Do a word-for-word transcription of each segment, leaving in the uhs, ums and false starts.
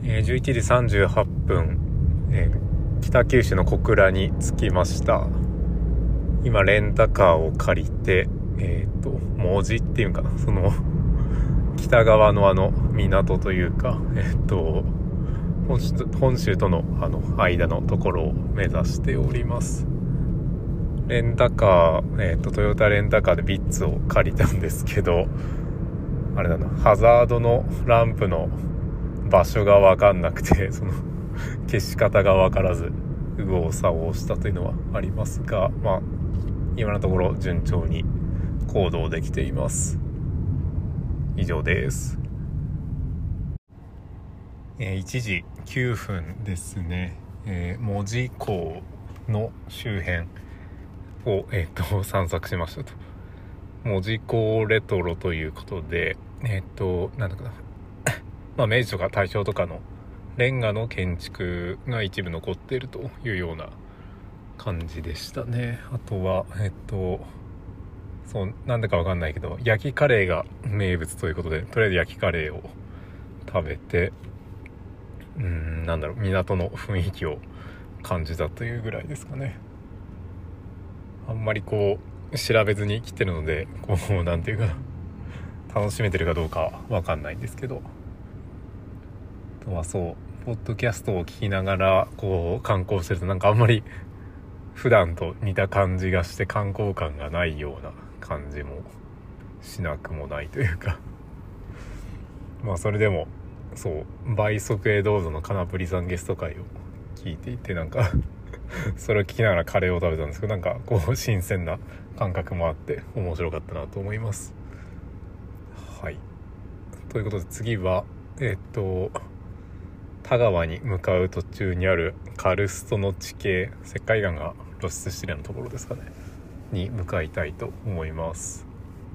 えー、じゅういちじさんじゅうはっぷん、えー、北九州の小倉に着きました。今レンタカーを借りて、えっと門司っていうかな、その北側のあの港というか、えっと本州と、本州とのあの間のところを目指しております。レンタカー、えっとトヨタレンタカーでビッツを借りたんですけど、あれだな、ハザードのランプの場所が分かんなくて、その消し方が分からず右往左往したというのはありますが、まあ今のところ順調に行動できています。以上です。えー、いちじきゅうふんですね。えー、門司港の周辺を、えー、と散策しましたと。門司港レトロということで、えっ、ー、となんだかなまあ明治とか大正とかのレンガの建築が一部残っているというような感じでしたね。あとはえっとそうなんだかわかんないけど焼きカレーが名物ということで、とりあえず焼きカレーを食べて、うーんなんだろう港の雰囲気を感じたというぐらいですかね。あんまりこう調べずに来てるので、こうなんていうかな、楽しめてるかどうかわかんないんですけど、あとはそうポッドキャストを聞きながらこう観光してると、なんかあんまり普段と似た感じがして観光感がないような感じもしなくもないというかまあそれでもそう倍速へどうぞのカナプリさんゲスト会を聞いていて、なんかそれを聞きながらカレーを食べたんですけど、なんかこう新鮮な感覚もあって面白かったなと思います。はい、ということで次はえっと田川に向かう途中にあるカルストの地形、石灰岩が露出しているようなところですかねに向かいたいと思います。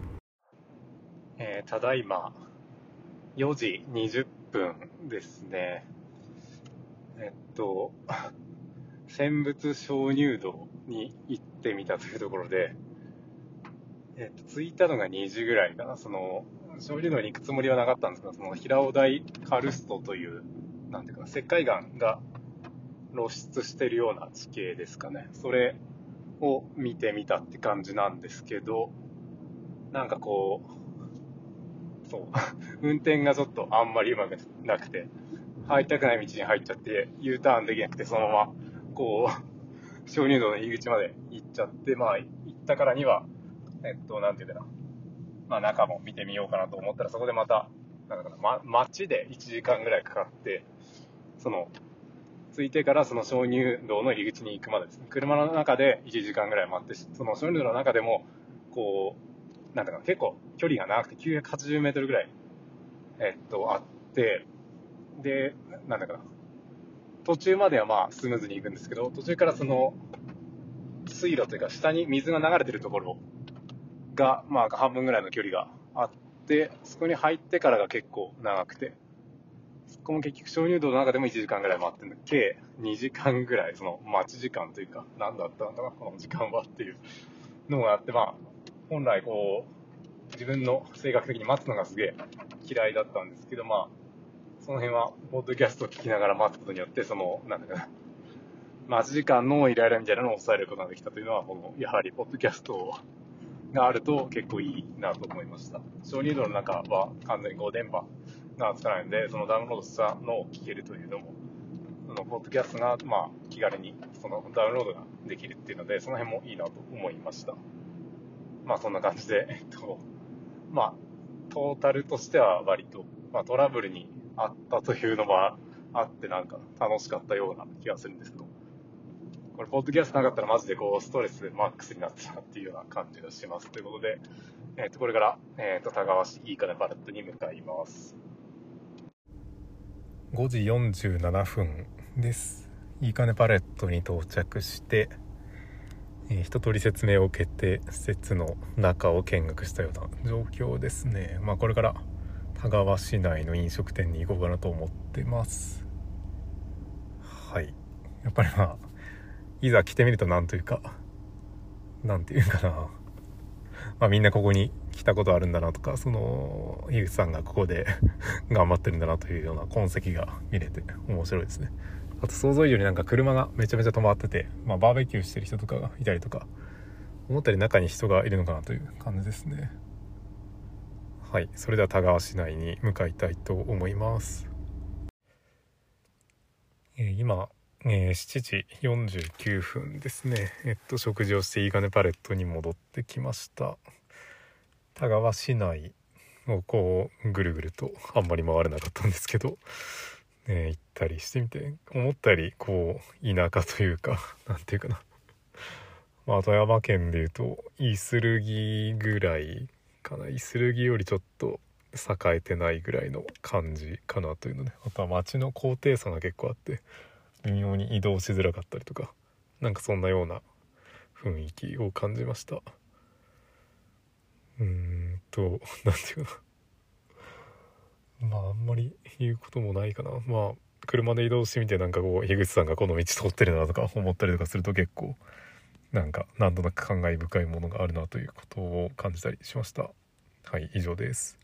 えー、ただいまよじにじゅっぷんですね。えっと泉仏鍾乳洞に行ってみたというところで、えっと着いたのがにじぐらいかな。その鍾乳洞に行くつもりはなかったんですが、その平尾台カルストというなんていうか石灰岩が露出しているような地形ですかね。それを見てみたって感じなんですけど、なんかこうそう運転がちょっとあんまりうまくなくて、入りたくない道に入っちゃって U ターンできなくて、そのままこう鍾乳洞の入り口まで行っちゃって、まあ行ったからにはえっとなんていうかな、まあ中も見てみようかなと思ったら、そこでまたなんかな、ま、街でいちじかんぐらいかかって、その着いてからその鍾乳洞の入り口に行くまでですね、車の中でいちじかんぐらい待って、その鍾乳洞の中でもこうなんだかな、結構距離が長くてきゅうひゃくはちじゅうメートルぐらいえっとあって、でなんだかな、途中まではまあスムーズに行くんですけど、途中からその水路というか下に水が流れてるところがまあ半分ぐらいの距離があって、そこに入ってからが結構長くて、そこも結局鍾乳洞の中でもいちじかんぐらい待ってんだ、計にじかんぐらいその待ち時間というか、何だったんだなこの時間はっていうのがあって、まあ本来こう自分の性格的に待つのがすげえ嫌いだったんですけど、まあその辺はポッドキャストを聞きながら待つことによって、そのなんだかな、待ち時間のイライラみたいなのを抑えることができたというのは、このやはりポッドキャストがあると結構いいなと思いました。鍾乳洞の中は完全にこう電波がつかないので、そのダウンロードしたのを聞けるというのも、そのポッドキャストがまあ気軽にそのダウンロードができるっていうので、その辺もいいなと思いました。まあそんな感じで、えっとまあトータルとしては割と、まあ、トラブルにあったというのもあって、なんか楽しかったような気がするんですけど、これポッドキャストなかったらマジでこうストレスマックスになってたなっていうような感じがします。ということで、えっとこれから、えっと田川市いいかねパレットに向かいます。ごじよんじゅうななふんです。いいかねパレットに到着して、えー、一通り説明を受けて施設の中を見学したような状況ですね。まあこれから田川市内の飲食店に行こうかなと思ってます。はい、やっぱりまあいざ来てみるとなんというかなんていうかな、まあみんなここに来来たことあるんだなとか、その樋口さんがここで頑張ってるんだなというような痕跡が見れて面白いですね。あと想像以上になんか車がめちゃめちゃ止まってて、まあ、バーベキューしてる人とかがいたりとか、思ったより中に人がいるのかなという感じですね。はい、それでは田川市内に向かいたいと思います。えー、今、えー、しちじよんじゅうきゅうふんですね。えっと食事をしていいかねパレットに戻ってきました。田川市内をこうぐるぐると、あんまり回れなかったんですけど、ね、行ったりしてみて、思ったよりこう田舎というか、なんていうかな、まあ、富山県でいうとイスルギぐらいかな、イスルギよりちょっと栄えてないぐらいの感じかなというので、あとは街の高低差が結構あって微妙に移動しづらかったりとか、なんかそんなような雰囲気を感じました。うーんとなんていうかな、まああんまり言うこともないかな。まあ車で移動してみて、なんかこう樋口さんがこの道通ってるなとか思ったりとかすると、結構なんかなんとなく感慨深いものがあるなということを感じたりしました。はい、以上です。